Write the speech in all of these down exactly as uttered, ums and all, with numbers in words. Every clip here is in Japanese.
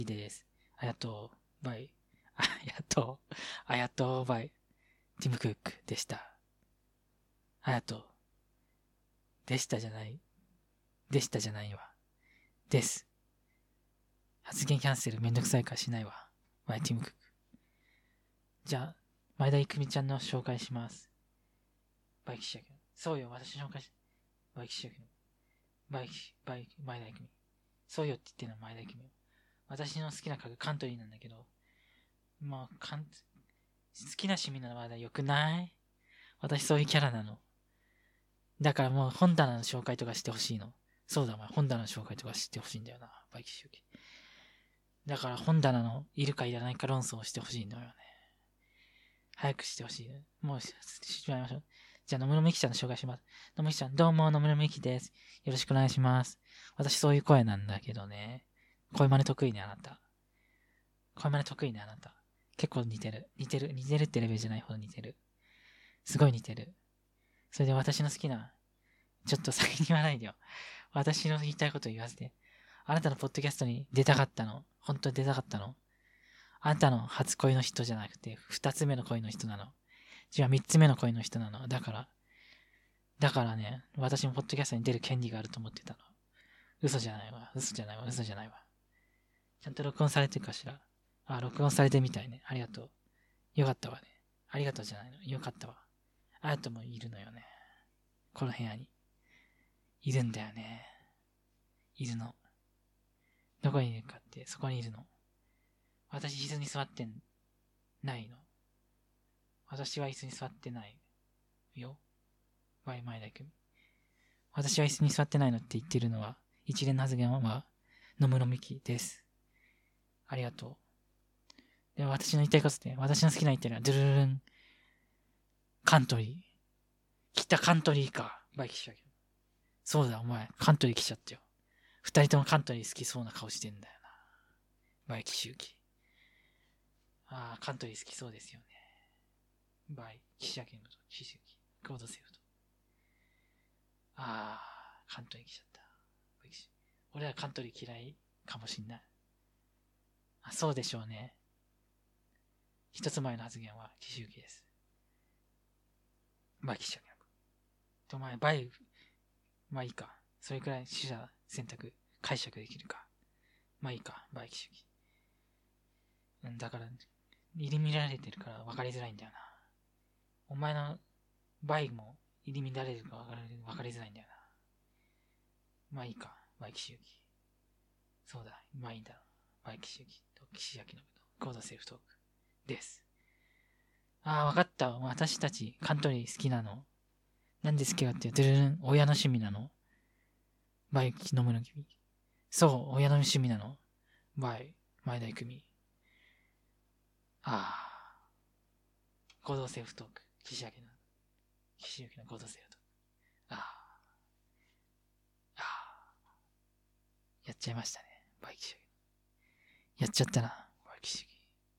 です。ありがとう。バイ。ありがとう。ありがとう。バイ。ティム・クックでした。ありがとう。でしたじゃない。でしたじゃないわ。です。発言キャンセルめんどくさいからしないわ。バイ、ティム・クック。じゃあ、前田郁美ちゃんの紹介します。バイキシヤキの。そうよ、私紹介し、バイキシヤキの。バイキ、バイ、前田郁美。そうよって言ってるの前田郁美。私の好きな家具カントリーなんだけど、まあ、かん、好きな趣味なのは良くない？私そういうキャラなの。だからもう本棚の紹介とかしてほしいの。そうだ、お前本棚の紹介とかしてほしいんだよな、バイキシュキ。だから本棚のいるかいらないか論争をしてほしいんだよね。早くしてほしい。もうし、しまいましょう。じゃあ、野村美希ちゃんの紹介します。野村美希ちゃん、どうも、野村美希です。よろしくお願いします。私そういう声なんだけどね。声真似得意ね、あなた。声真似得意ね、あなた。結構似てる。似てる。似てるってレベルじゃないほど似てる。すごい似てる。それで私の好きな、ちょっと先に言わないでよ。私の言いたいこと言わせて。あなたのポッドキャストに出たかったの。本当に出たかったの。あなたの初恋の人じゃなくて、二つ目の恋の人なの。違う、三つ目の恋の人なの。だから、だからね、私もポッドキャストに出る権利があると思ってたの。嘘じゃないわ。嘘じゃないわ。嘘じゃないわ。ちゃんと録音されてるかしら。あ、録音されてるみたいね。ありがとう。よかったわね。ありがとうじゃないの。よかったわ。あなたもいるのよね。この部屋に。いるんだよね。いるの。どこにいるかって、そこにいるの。私椅子に座ってないの。私は椅子に座ってないよ。ワイマイダイ君。私は椅子に座ってないのって言ってるのは、一連の発言は、野村美希です。ありがとう。で、私の言いたいことで、私の好きな言ってるのは、ドゥルルルン。カントリー。北カントリーか。バイキシャけど。そうだ、お前、カントリー来ちゃったよ。二人ともカントリー好きそうな顔してんだよな。バイキシュウキ。ああ、カントリー好きそうですよね。バイ、キシャケのこと、キシュウキ。コードセーフと。ああ、カントリー来ちゃった。俺はカントリー嫌いかもしんない。あ、そうでしょうね。一つ前の発言は、キシュウキです。バイ、キシャケのこと。お前、バイ、まあいいか。それくらい取捨選択、解釈できるか。まあいいか、バイキシュウキ。うん、だから、入り乱れてるから分かりづらいんだよな。お前のバイも入り乱れるか分かりづらいんだよな。まあいいか、バイキシュウキ。そうだ、まあいいんだろう。バイキシュウキと岸崎のコードセーフトークです。ああ、分かった。私たちカントリー好きなの。なんで好きかっていうと、親の趣味なの。バイキ飲むの君。そう、親の趣味なの。バイ、前田育美。ああ。合同セーフトーク。岸明の、岸明の合同セーフトーク。ああ。ああ。やっちゃいましたね。バイキシやっちゃったな。バイキシ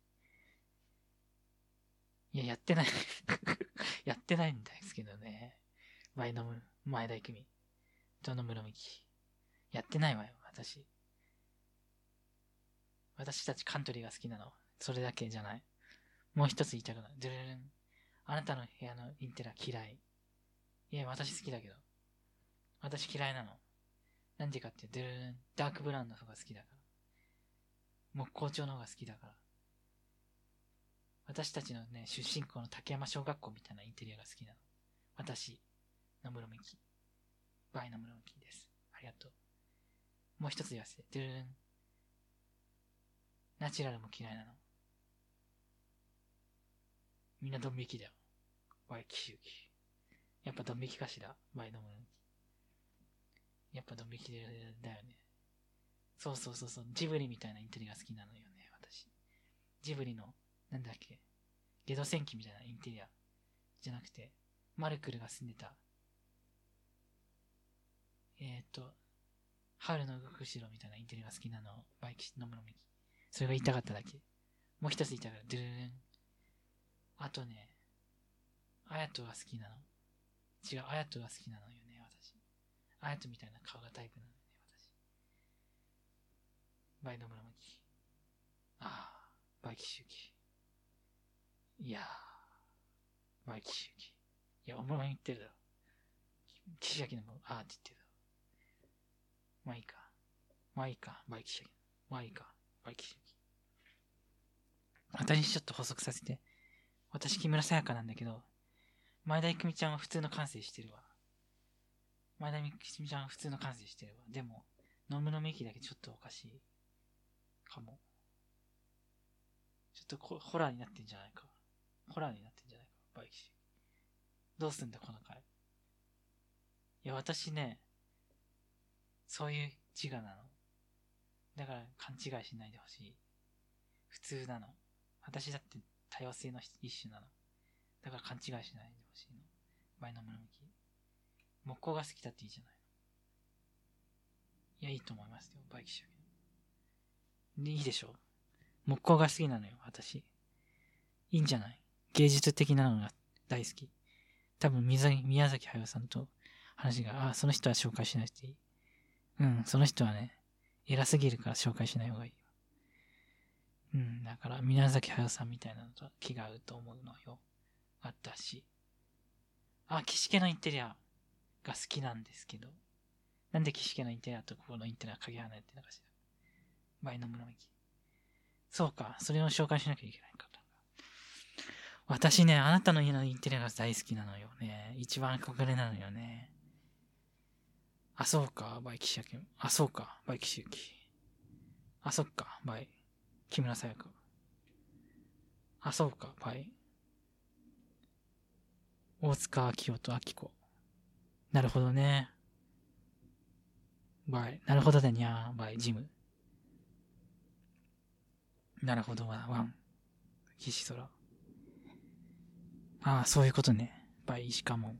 いや、やってない。やってないんですけどね。バイの前田育美。と野村美希。やってないわよ、私。私たちカントリーが好きなの。それだけじゃない。もう一つ言いたくない。ドゥルルン。あなたの部屋のインテラ嫌い。いや、私好きだけど。私嫌いなの。なんでかって、ドゥルルン。ダークブラウンの方が好きだから。木工長の方が好きだから。私たちのね、出身校の竹山小学校みたいなインテリアが好きなの。私、野村美希。バイ野村美希です。ありがとう。もう一つ言わせて。ドゥルルン。ナチュラルも嫌いなの。みんなドン引きだよ。バイキシュウキ。やっぱドン引きかしら。バイ野村美希。やっぱドン引きだよね。そうそうそうそう。ジブリみたいなインテリが好きなのよね、私。ジブリの、なんだっけ。ゲド戦記みたいなインテリア。じゃなくて、マルクルが住んでた。えっ、ー、と、春の動く城みたいなインテリが好きなの。バイキ野村美希。それが言いたかっただけ。もう一つ言いたかった。ドゥルルン。あとね、アヤトが好きなの。違う、アヤトが好きなのよね、私。アヤトみたいな顔がタイプなのよね、私。バイ野村美希。 バイキシュキ。いやー、バイキシュキ。いや、お前も言ってるだろ。岸崎のも、あーって言ってるだろ。まあいいか。まあいいか、バイキシュキ。まあいいか、バイキシュキ。私にちょっと補足させて。私、木村沙也加なんだけど、前田郁美ちゃんは普通の感性してるわ。前田郁美ちゃんは普通の感性してるわ。でも、野村美樹だけちょっとおかしい。かも。ちょっとこホラーになってんじゃないか。ホラーになってんじゃないか。バイキシュ。どうすんだ、この回。いや、私ね、そういう自我なの。だから勘違いしないでほしい。普通なの。私だって多様性の一種なの。だから勘違いしないでほしいの。前の村向き。木工が好きだっていいじゃないの。いや、いいと思いますよ、バイキシュ。いいでしょ。木工が好きなのよ、私。いいんじゃない？芸術的なのが大好き。多分、宮崎駿さんと話が、あ、その人は紹介しないでいい。うん、その人はね、偉すぎるから紹介しない方がいい。うん、だから、宮崎駿さんみたいなのと気が合うと思うのよ。私。あ、岸家のインテリアが好きなんですけど。なんで岸家のインテリアとここのインテリア鍵離れてるのかしら。前の村向き。そうか、それを紹介しなきゃいけないか。私ね、あなたの家のインテリアが大好きなのよね。一番憧れなのよね。あ、そうか、バイキシャキ。あ、そうか、バイキシュキ。あ、そっか、バイ。木村沙也加。あ、そうか、バイ。大塚明夫と明子。なるほどね。バイ。なるほどだにゃー、バイ、ジム。なるほど、ワン。岸空。ああ、そういうことね。バイ、石川もん。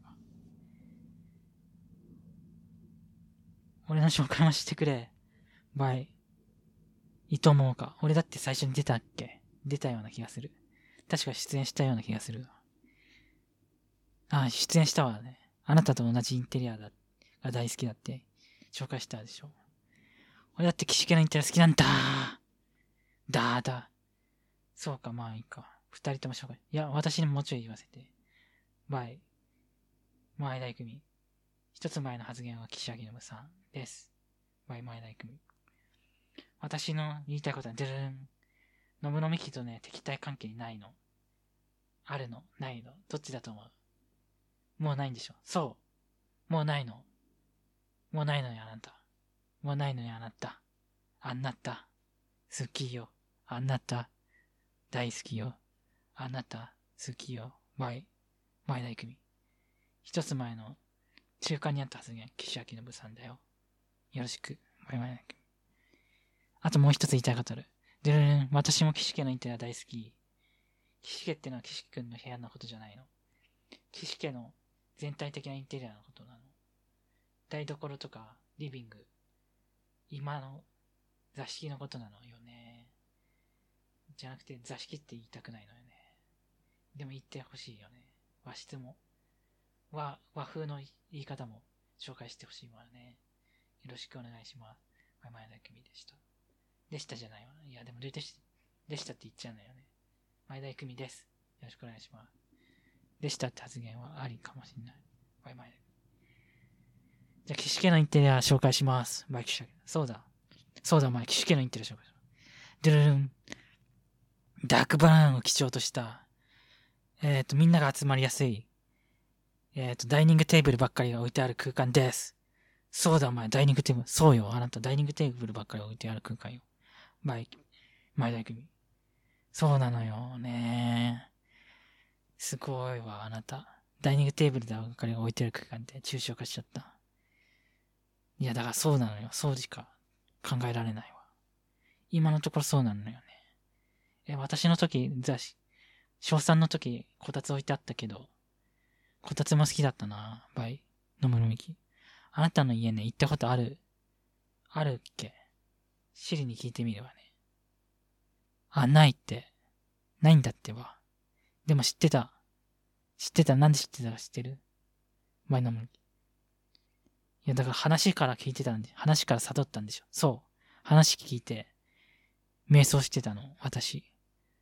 俺の紹介もしてくれ。バイ。伊藤桃か。俺だって最初に出たっけ？出たような気がする。確か出演したような気がする。ああ、出演したわね。あなたと同じインテリアだが大好きだって紹介したでしょ。俺だって岸家のインテリア好きなんだー。だーだ。そうか、まあいいか。二人とも紹介。いや、私にももうちょい言わせて。バイ。前田育美。一つ前の発言は岸明信さんです。バイ、前田育美。私の言いたいことは、ドゥルン。野村美樹とね、敵対関係にないの。あるのないのどっちだと思う？もうないんでしょ？そう。もうないの。もうないのよ、あなた。もうないのよ、あなた。あなた。好きよ。あなた。大好きよ。あなた。好きよ。バイ。前田育美。一つ前の中間にあった発言、岸明信さんだよ。よろしく。バイバイ。あともう一つ言いたいことある。でるるん。私も岸家のインテリア大好き。岸家ってのは岸くんの部屋のことじゃないの。岸家の全体的なインテリアのことなの。台所とかリビング、今の座敷のことなのよね。じゃなくて座敷って言いたくないのよね。でも言ってほしいよね。和室も。和、和風の言い方も紹介してほしいわね。よろしくお願いします。前田久美でした。でしたじゃないわ。いや、でもでし、でしたって言っちゃうのよね。前田久美です。よろしくお願いします。でしたって発言はありかもしれない。バイバイ。じゃあ、岸家のインテリア紹介します。バイキシャ。そうだ。そうだ、お前、岸家のインテリア紹介します。ドゥルルン。ダークブラウンを基調とした、えっと、みんなが集まりやすい、えっと、ダイニングテーブルばっかりが置いてある空間です。そうだ、お前、ダイニングテーブル。そうよ、あなた、ダイニングテーブルばっかり置いてある空間よ。バイ、前田組。そうなのよね。すごいわ、あなた。ダイニングテーブルばっかりが置いてある空間で抽象化しちゃった。いや、だからそうなのよ。そうしか考えられないわ。今のところそうなのよね。え、私の時、雑誌、小さんの時、こたつ置いてあったけど、こたつも好きだったな、バイ、野村美樹。あなたの家ね、行ったことある、あるっけ？シリに聞いてみればね。あ、ないって。ないんだってば。でも知ってた。知ってた。なんで知ってたか知ってる？バイ、野村美樹。いや、だから話から聞いてたんで、話から悟ったんでしょ。そう。話聞いて、瞑想してたの、私。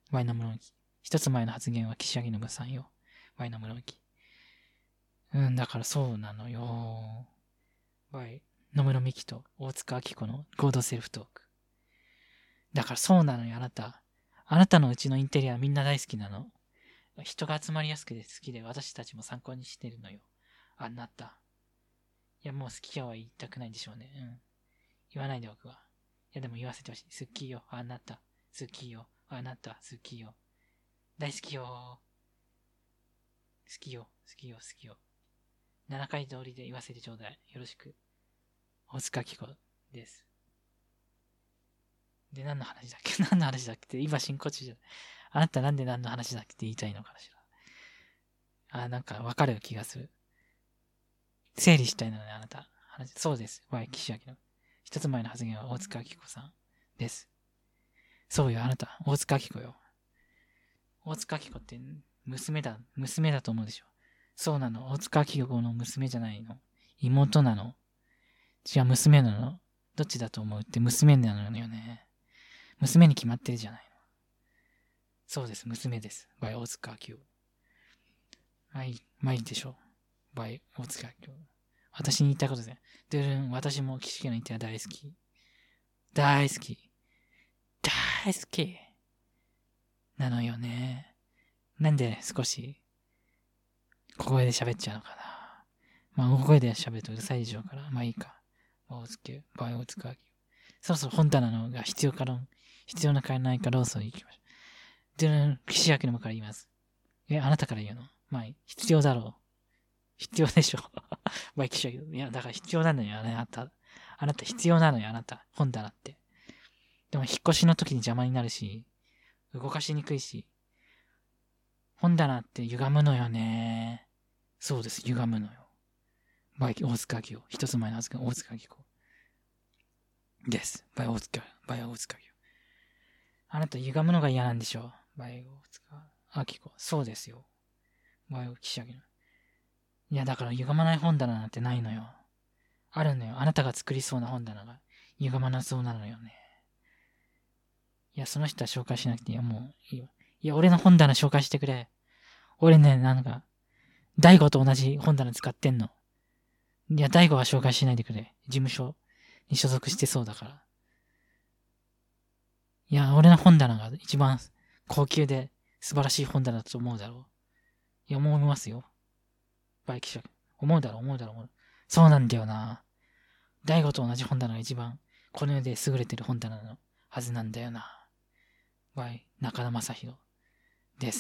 Y の室木。一つ前の発言は岸上信さんよ。Y の室木。うん、だからそうなのよ。Y 野村美希と大塚明子の合同セルフトーク。だからそうなのよ、あなた。あなたのうちのインテリアみんな大好きなの。人が集まりやすくて好きで私たちも参考にしてるのよ。あ、なった。いや、もう好きよは言いたくないんでしょうね。うん。言わないで僕は。いや、でも言わせてほしい。好きよ。あ、なった。好きよ。あ、なった。好きよ。大好きよ。好きよ。好きよ。好きよ。ななかい通りで言わせてちょうだい。よろしく。大塚明子です。で、何の話だっけ何の話だっけって今進行中じゃない。あなたなんで何の話だっけって言いたいのかしら。あ、なんかわかる気がする。整理したいのね、あなた。話そうです。Y 岸明の。一つ前の発言は大塚明子さんです。そうよ、あなた。大塚明子よ。大塚明子って娘だ、娘だと思うでしょ。そうなの。大塚明子の娘じゃないの。妹なの。違う、娘なの。どっちだと思うって娘なのよね。娘に決まってるじゃないの。そうです、娘です。by 大塚明夫。まあいい、まあいいでしょう。by 大塚明夫。私に言いたいことで。でるん、私も岸家の言っては大好き。大好き。大好き。なのよね。なんで少し、小声で喋っちゃうのかな。まあ、大声で喋るとうるさいでしょうから。まあいいか。大塚、by 大塚明夫。そろそろ本棚のが必要かの、必要なかないかローソンに行きましょう。でるん、岸明のもから言います。え、あなたから言うの？まあ、必要だろう。必要でしょ。まあ、岸明。いや、だから必要なのよ、あなた。あなた必要なのよ、あなた。本棚って。でも、引っ越しの時に邪魔になるし、動かしにくいし、本棚って歪むのよね。そうです、歪むのよ。バイ大塚明夫。一つ前の発言、大塚明子。です。バイ大塚、バイ大塚明夫。あなた歪むのが嫌なんでしょ。バイ大塚明子。そうですよ。バイ岸明の。いや、だから歪まない本棚なんてないのよ。あるのよ。あなたが作りそうな本棚が歪まなそうなのよね。いや、その人は紹介しなくていいよ。もういいよ。いや、俺の本棚紹介してくれ。俺ね、なんか、大悟と同じ本棚使ってんの。いや、大悟は紹介しないでくれ。事務所に所属してそうだから。いや、俺の本棚が一番高級で素晴らしい本棚だと思うだろう。いや、思いますよ。バイキシャ。思うだろう、思うだろう、思う。そうなんだよな。大悟と同じ本棚が一番この世で優れてる本棚のはずなんだよな。バイ、中田正宏です。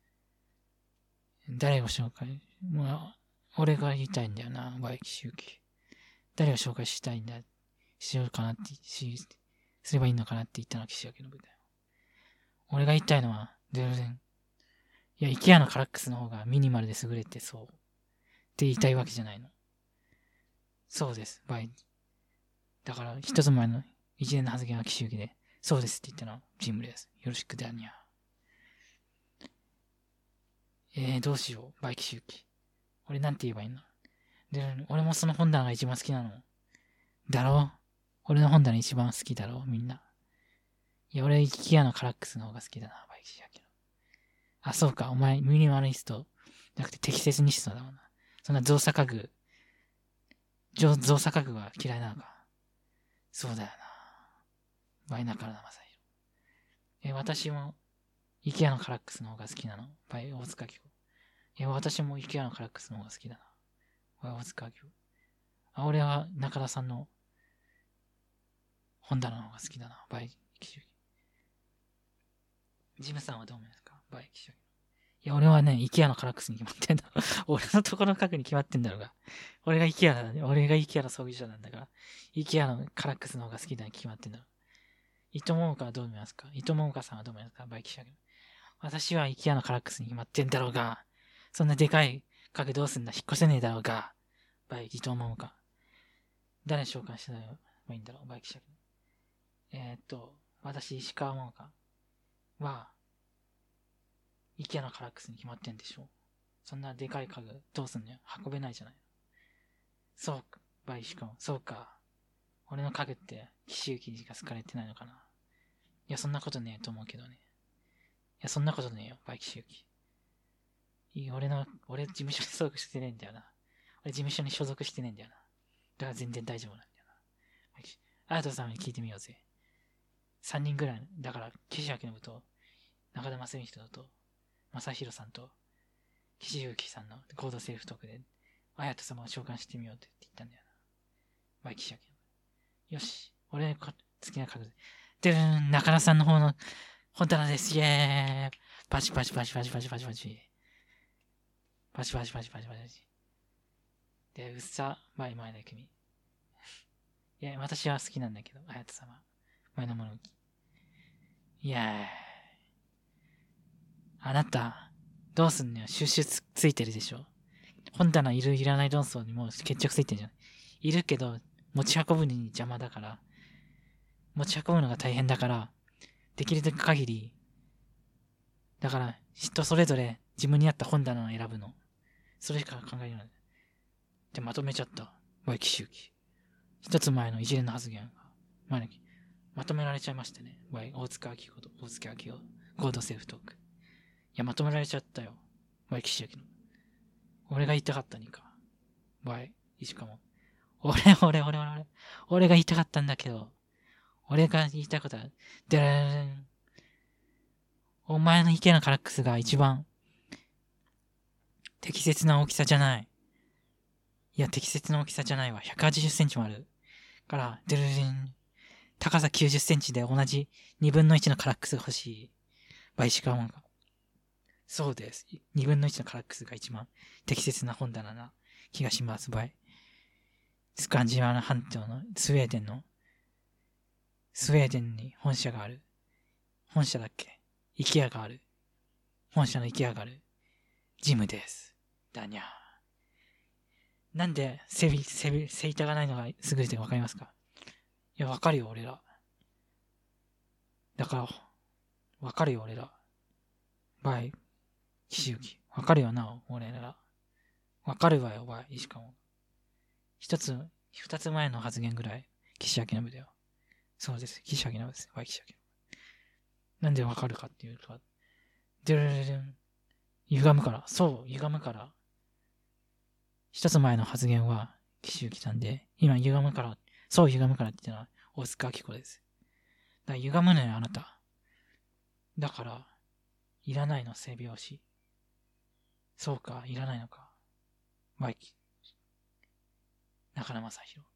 誰を紹介もう、俺が言いたいんだよな、バイキシュウキ。誰を紹介したいんだ、しようかなって、し、すればいいのかなって言ったのは岸明の舞台。俺が言いたいのは、全然、いや、イケアのカラックスの方がミニマルで優れてそう。って言いたいわけじゃないの。そうです、バイ。だから、一つ前の一年の発言は岸行で、そうですって言ったのはジムです。よろしくだにゃ。えー、どうしよう、バイ岸行。俺なんて言えばいいの？で、俺もその本棚が一番好きなの。だろ？俺の本棚一番好きだろみんな。いや、俺、イケアのカラックスの方が好きだな、バイ岸行。あ、そうか、お前、ミニマリスト、じゃなくて適切にしそうだもんな。そんな造作家具、造作家具は嫌いなのか。そうだよな。バイナカラナマサヒロ。え、私も、イケアのカラックスの方が好きなの。バイ、大塚明子。え、私もイケアのカラックスの方が好きだな。バイ、大塚明子。あ、俺は中田さんの本棚の方が好きだな。バイ、キシュキ。ジムさんはどう思いますか？バイ、キシュキ。いや、俺はね、イケアのカラックスに決まってんだ。俺のところの家具に決まってんだろうが。俺がイケアだ、ね、俺がイケアの創業者なんだから、イケアのカラックスの方が好きだに決まってんだろう。伊藤桃香はどう思いますか？伊藤桃香さんはどう思いますか？バイキシャグ。私はイケアのカラックスに決まってんだろうが、そんなでかい家具どうすんだ？引っ越せねえだろうが、バイ、伊藤桃香。誰に紹介してないばいいんだろう？バイキシャグ。えー、っと、私、石川桃香は、イケアのカラックスに決まってんでしょ。そんなでかい家具どうすんのよ？運べないじゃないの。そうか、バイ、石川。そうか。俺の家具って、岸行きが好かれてないのかな。いや、そんなことねえと思うけどね。 や、そんなことねえよ、バイキシユキ。いい俺の、俺事務所に所属してねえんだよな。俺事務所に所属してねえんだよな。だから全然大丈夫なんだよな。あやとさんに聞いてみようぜ。さんにんぐらい、だから、岸明信と、中田正人と、正宏さんと、岸優樹さんのコードセルフトークで、あやと様を召喚してみようって言ったんだよな。バイキシ明信。よし、俺好きな角度。でーん、中田さんの方の本棚です。イェーイ。パチパチパチパチパチパチパチ。パチパチパチパチパチ。で、うっさ、前前の君。いや、私は好きなんだけど、あやと様。前のものに。いやー。あなた、どうすんのよ。収集 つ, ついてるでしょ。本棚いるいらない論争にもう決着ついてるじゃん。いるけど、持ち運ぶのに邪魔だから、持ち運ぶのが大変だから、できる限り、だから、人それぞれ自分に合った本棚を選ぶの。それしか考えない。で、まとめちゃった。ワイキシュウキ。一つ前の一連の発言が、前のまとめられちゃいましたね。ワイ、大塚明子と大塚明夫、コードセルフトーク。いや、まとめられちゃったよ。ワイキシュウキの。俺が言いたかったにか。ワイ、しかも。俺、俺、俺、俺、俺、俺が言いたかったんだけど、俺が言いたいことは、でらららん。お前の意見のカラックスが一番適切な大きさじゃない。いや、適切な大きさじゃないわ。ひゃくはちじゅっセンチもある。から、でるるん。高さきゅうじゅっセンチで同じにぶんのいちのカラックスが欲しい。バイシカモンが。そうです。にぶんのいちのカラックスが一番適切な本棚な気がします。バイ。スカンジワナ半島のスウェーデンの、スウェーデンに本社がある。本社だっけ？イケアがある。本社のイケアがある。ジムです。だにゃー。なんでセビ、セビ、セイタがないのが優れてるかわかりますか？いや、わかるよ、俺ら。だから、わかるよ、俺ら。バイ、岸行わかるよな、俺ら。わかるわよ、バイ、しかも。一つ、二つ前の発言ぐらい、岸明信だよ。そうです、岸明信です。バイ、岸明信。なんでわかるかっていうと、でるるるん。歪むから。そう、歪むから。一つ前の発言は、岸行さんで、今歪むから、そう歪むからって言ったのは、大塚明子です。だから歪むのよ、あなた。だから、いらないの、背拍子。そうか、いらないのか。マイキ。中野正宏。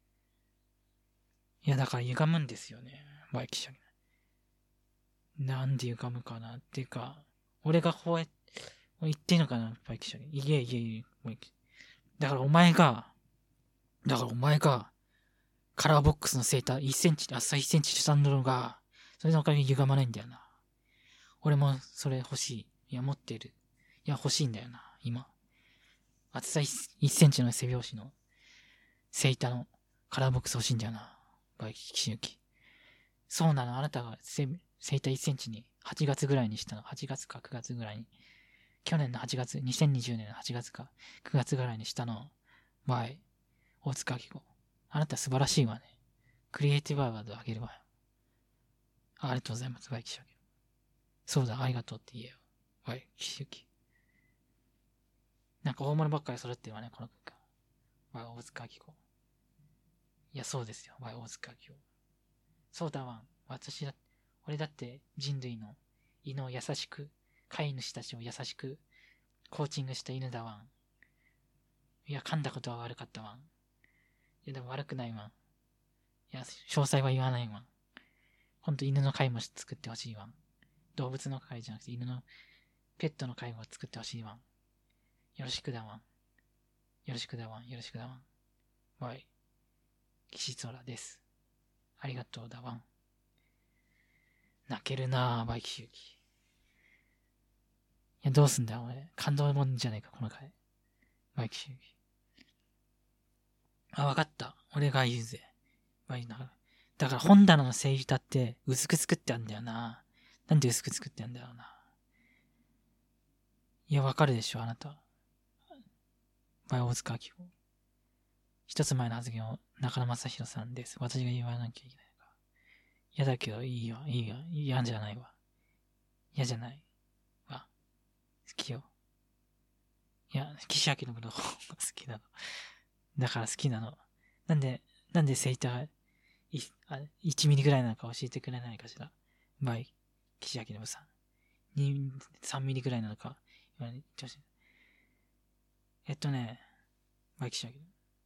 いや、だから歪むんですよね。マイキしゃなんで歪むかなっていうか、俺がこうやって、言っていいのかなマイキしゃいえいえいえ、マイキ。だからお前が、だからお前が、カラーボックスのセーターいっセンチ、厚さいっセンチ下ののが、それのおかげで歪まないんだよな。俺もそれ欲しい。いや、持ってる。いや、欲しいんだよな、今。厚さいっセンチの背拍子の、セイタのカラーボックス欲しいんだよな。バイキシユキ。そうなの、あなたがセイタいっセンチにはちがつぐらいにしたの。はちがつかくがつぐらいに。去年のはちがつ、にせんにじゅうねんのはちがつかくがつぐらいにしたの。バイ、大塚明子。あなた素晴らしいわね。クリエイティブアワードあげるわよ。ありがとうございます、バイキシユキ。そうだ、ありがとうって言えよ。バイキシユキ。なんか大物ばっかり揃ってるわね、この空間。バイ、大塚明子。いや、そうですよ。わい、大塚明夫。そうだわん。私だ、俺だって人類の犬を優しく、飼い主たちを優しく、コーチングした犬だわん。いや、噛んだことは悪かったわん。いや、でも悪くないわん。いや、詳細は言わないわん。ほんと犬の飼いも作ってほしいわん。動物の飼いじゃなくて犬の、ペットの飼いも作ってほしいわん。よろしくだわん。よろしくだわん。よろしくだわん。わい。岸空です。ありがとうだわん。泣けるなぁ、バイキシュキ。いや、どうすんだよ、俺。感動もんじゃねえか、この回。バイキシュキ。あ、わかった。俺が言うぜ。バイな。だから本棚のセリフだって薄く作ってあんだよな。なんで薄く作ってあんだろうな。いや、わかるでしょ、あなた。バイオズカキオ。一つ前の発言を中野正宏さんです。私が言わなきゃいけないのか。嫌だけど、いいわ、いいわ、嫌じゃないわ。 嫌じゃないわ。好きよ。いや、岸明信の方が好きなの。だから好きなの。なんで、なんでセイターいあいちミリぐらいなのか教えてくれないかしら。バイ、岸明信さん。に、さんミリぐらいなのか言われてほしい。えっとね、バイ岸明信。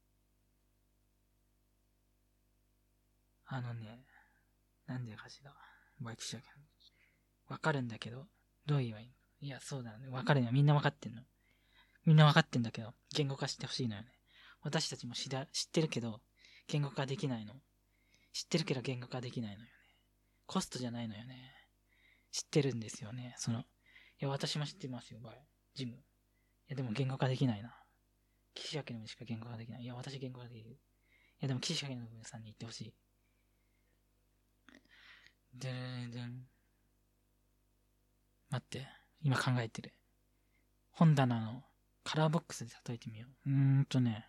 あのね、なんでかしら。バイ岸明信。わかるんだけど、どう言えばいいの？いや、そうだね。わかるよ。みんなわかってんの。みんなわかってんだけど、言語化してほしいのよね。私たちも知ら知ってるけど、言語化できないの。知ってるけど言語化できないのよね。コストじゃないのよね。知ってるんですよね。その、いや、私も知ってますよ、バイ。ジム。いや、でも言語化できないな。岸明のしか言語化できない。いや、私言語化できる。いや、でも岸明のさんに言ってほしい。でーでん。待って。今考えてる。本棚のカラーボックスで例えてみよう。うーんとね。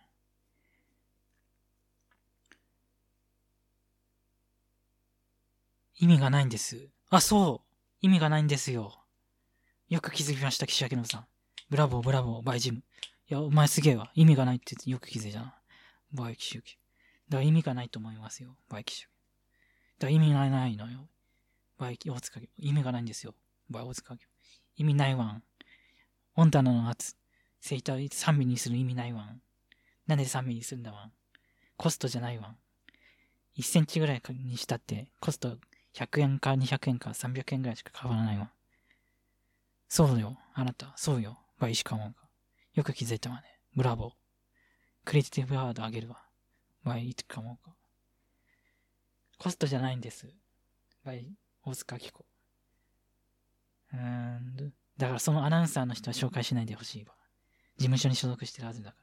意味がないんです。あ、そう。意味がないんですよ。よく気づきました、岸明信さん。ブラボー、ブラボー、バイジム。いや、お前すげえわ。意味がないって言ってよく気づいたな。バイ岸明。だから意味がないと思いますよ、バイ岸明。だから意味がないのよ。バイ大塚家。意味がないんですよ、バイ大塚家。意味ないわん。本棚の圧。セイターさんミリにする意味ないわん。なんでさんミリにするんだわん。コストじゃないわん。いっセンチぐらいにしたって、コストひゃくえんかにひゃくえんかさんびゃくえんぐらいしか変わらないわ。そうよ、あなた。そうよ、バイ石川が。よく気づいたわね。ブラボー。クリエイティブワードあげるわ。バイ石川が。コストじゃないんです。バイ大塚明子。うーん。だからそのアナウンサーの人は紹介しないでほしいわ。事務所に所属してるはずだから。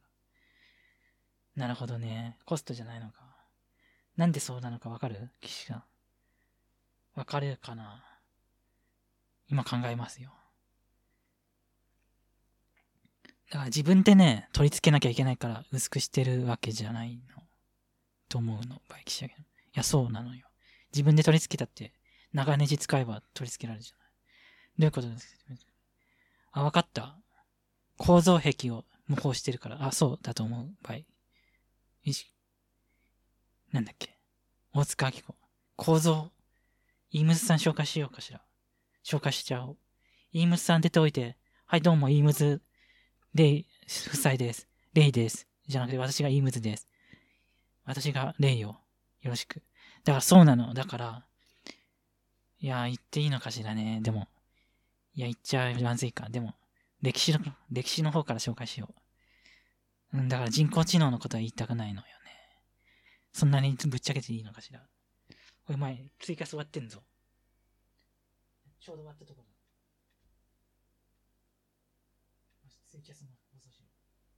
なるほどね。コストじゃないのか。なんでそうなのかわかる？岸が。わかるかな？今考えますよ。だから自分でね、取り付けなきゃいけないから薄くしてるわけじゃないの。と思うの、バイキシャゲの。いや、そうなのよ。自分で取り付けたって、長ネジ使えば取り付けられるじゃない。どういうことですか？あ、わかった。構造壁を模倣してるから。あ、そうだと思う、バイ。いし、なんだっけ。大塚明子。構造。イームズさん紹介しようかしら。紹介しちゃおう。イームズさん出ておいて。はい、どうも、イームズ、レイ、夫妻です。レイです。じゃなくて、私がイームズです。私がレイを。よろしく。だからそうなの。だから、いや、言っていいのかしらね。でも、いや、言っちゃまずいか。でも、歴史の、歴史の方から紹介しよう。うん、だから人工知能のことは言いたくないのよね。そんなにぶっちゃけていいのかしら。お前、追加終わってんぞ。ちょうど終わったところだ。ツイキャスも放送しよ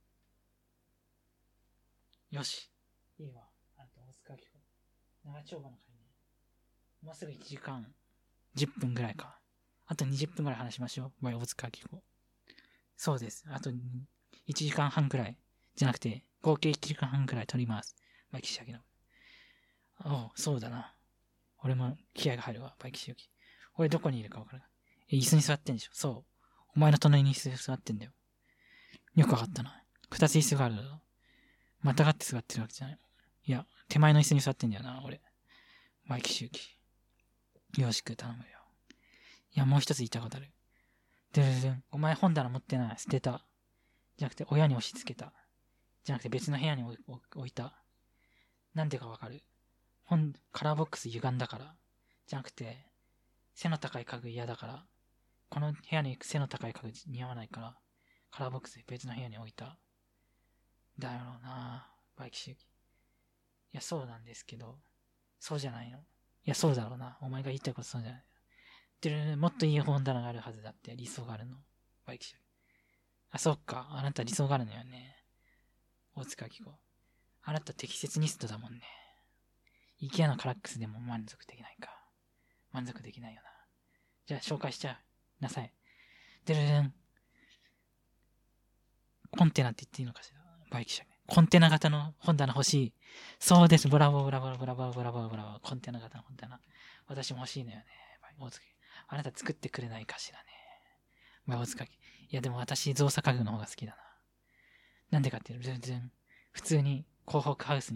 う。よし。いいわ。あと、大塚明子。長丁場の会ね。もうすぐいちじかんじゅっぷんぐらいか。あとにじゅっぷんぐらい話しましょう。大塚明子。そうです。あといちじかんはんくらい。じゃなくて、合計いちじかんはんくらい取ります。バイキシャキの。おう、そうだな。俺も気合が入るわ、バイキシャキ。俺どこにいるかわからない。え、椅子に座ってんでしょ？そう。お前の隣に椅子に座ってんだよ。よくわかったな。二つ椅子があるだろ。またがって座ってるわけじゃない。いや、手前の椅子に座ってんだよな、俺。バイキシュウキ。よろしく頼むよ。いや、もう一つ言いたことある。でるるん。お前本棚持ってない。捨てた。じゃなくて親に押し付けた。じゃなくて別の部屋に置いた。なんでかわかる？本、カラーボックス歪んだから。じゃなくて、背の高い家具嫌だから。この部屋に背の高い家具似合わないから、カラーボックス別の部屋に置いた。だよろうなぁ。バイキシュウキ。いや、そうなんですけど、そうじゃないの。いや、そうだろうな。お前が言いたいことそうじゃない。で、もっといい本棚があるはずだって、理想があるの。バイキシュウキ。あ、そっか。あなた理想があるのよね。大塚明子。あなた適切ニストだもんね。イケアのカラックスでも満足できないか。満足できないよな。じゃあ紹介しちゃう。なさい。でるるん。コンテナって言っていいのかしら。バイキシャね。コンテナ型の本棚欲しい。そうです。ブラボー、ブラボー、ブラボー、ブラボー、ブラボー。コンテナ型の本棚。私も欲しいのよね。大塚。 あなた作ってくれないかしらね。魔法使い。いやでも私、造作家具の方が好きだな。なんでかっていうと、全然、普通に広北ハウスに